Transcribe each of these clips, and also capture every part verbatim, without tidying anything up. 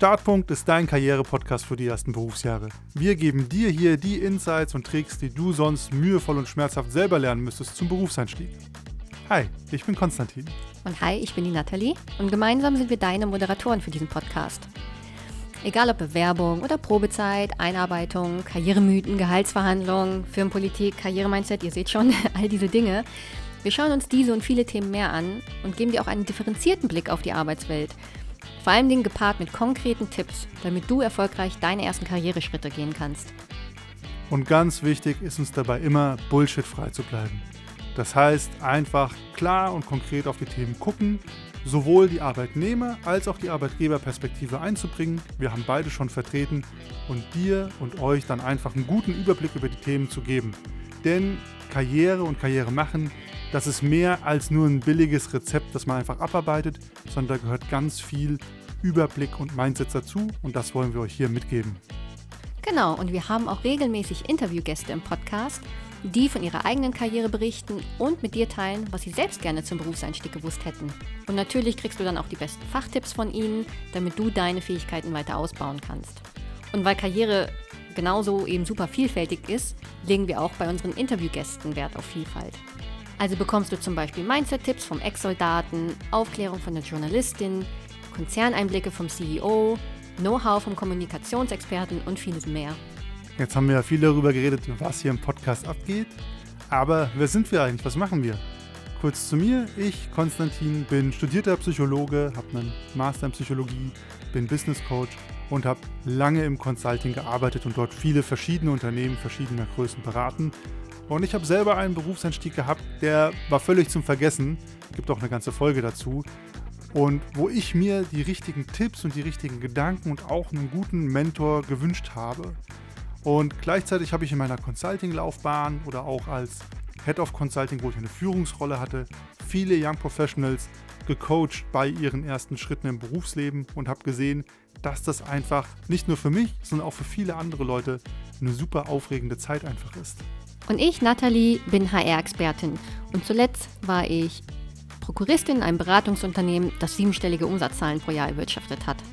Startpunkt ist dein Karriere-Podcast für die ersten Berufsjahre. Wir geben dir hier die Insights und Tricks, die du sonst mühevoll und schmerzhaft selber lernen müsstest zum Berufseinstieg. Hi, ich bin Konstantin. Und hi, ich bin die Nathalie und gemeinsam sind wir deine Moderatoren für diesen Podcast. Egal ob Bewerbung oder Probezeit, Einarbeitung, Karrieremythen, Gehaltsverhandlungen, Firmenpolitik, Karrieremindset, ihr seht schon, all diese Dinge. Wir schauen uns diese und viele Themen mehr an und geben dir auch einen differenzierten Blick auf die Arbeitswelt. Vor allem Dingen gepaart mit konkreten Tipps, damit du erfolgreich deine ersten Karriereschritte gehen kannst. Und ganz wichtig ist uns dabei immer, bullshitfrei zu bleiben. Das heißt, einfach klar und konkret auf die Themen gucken, sowohl die Arbeitnehmer- als auch die Arbeitgeberperspektive einzubringen. Wir haben beide schon vertreten und dir und euch dann einfach einen guten Überblick über die Themen zu geben. Denn Karriere und Karriere machen, das ist mehr als nur ein billiges Rezept, das man einfach abarbeitet, sondern da gehört ganz viel Überblick und Mindset dazu und das wollen wir euch hier mitgeben. Genau, und wir haben auch regelmäßig Interviewgäste im Podcast, die von ihrer eigenen Karriere berichten und mit dir teilen, was sie selbst gerne zum Berufseinstieg gewusst hätten. Und natürlich kriegst du dann auch die besten Fachtipps von ihnen, damit du deine Fähigkeiten weiter ausbauen kannst. Und weil Karriere genauso eben super vielfältig ist, legen wir auch bei unseren Interviewgästen Wert auf Vielfalt. Also bekommst du zum Beispiel Mindset-Tipps vom Ex-Soldaten, Aufklärung von der Journalistin, Konzerneinblicke vom C E O, Know-how vom Kommunikationsexperten und vieles mehr. Jetzt haben wir ja viel darüber geredet, was hier im Podcast abgeht, aber wer sind wir eigentlich? Was machen wir? Kurz zu mir, ich, Konstantin, bin studierter Psychologe, habe einen Master in Psychologie, bin Business Coach und habe lange im Consulting gearbeitet und dort viele verschiedene Unternehmen verschiedener Größen beraten. Und ich habe selber einen Berufseinstieg gehabt, der war völlig zum Vergessen, gibt auch eine ganze Folge dazu. Und wo ich mir die richtigen Tipps und die richtigen Gedanken und auch einen guten Mentor gewünscht habe. Und gleichzeitig habe ich in meiner Consulting-Laufbahn oder auch als Head of Consulting, wo ich eine Führungsrolle hatte, viele Young Professionals gecoacht bei ihren ersten Schritten im Berufsleben und habe gesehen, dass das einfach nicht nur für mich, sondern auch für viele andere Leute eine super aufregende Zeit einfach ist. Und ich, Nathalie, bin H R-Expertin und zuletzt war ich Prokuristin in einem Beratungsunternehmen, das siebenstellige Umsatzzahlen pro Jahr erwirtschaftet hat.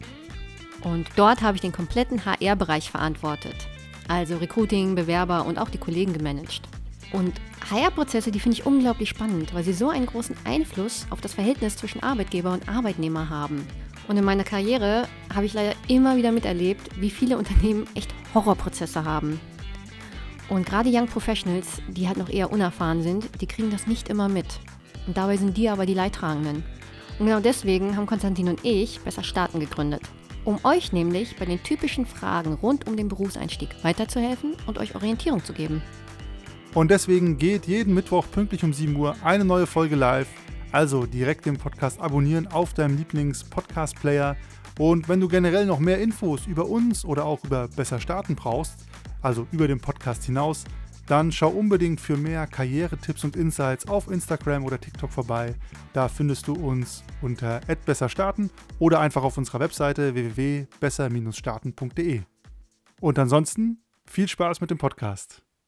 Und dort habe ich den kompletten H R-Bereich verantwortet, also Recruiting, Bewerber und auch die Kollegen gemanagt. Und H R-Prozesse, die finde ich unglaublich spannend, weil sie so einen großen Einfluss auf das Verhältnis zwischen Arbeitgeber und Arbeitnehmer haben. Und in meiner Karriere habe ich leider immer wieder miterlebt, wie viele Unternehmen echt Horrorprozesse haben. Und gerade Young Professionals, die halt noch eher unerfahren sind, die kriegen das nicht immer mit. Und dabei sind die aber die Leidtragenden. Und genau deswegen haben Konstantin und ich Besser Starten gegründet. Um euch nämlich bei den typischen Fragen rund um den Berufseinstieg weiterzuhelfen und euch Orientierung zu geben. Und deswegen geht jeden Mittwoch pünktlich um sieben Uhr eine neue Folge live. Also direkt den Podcast abonnieren auf deinem Lieblings-Podcast-Player. Und wenn du generell noch mehr Infos über uns oder auch über Besser Starten brauchst, also über den Podcast hinaus, dann schau unbedingt für mehr Karrieretipps und Insights auf Instagram oder TikTok vorbei. Da findest du uns unter at besserstarten oder einfach auf unserer Webseite w w w punkt besser starten punkt d e. Und ansonsten viel Spaß mit dem Podcast.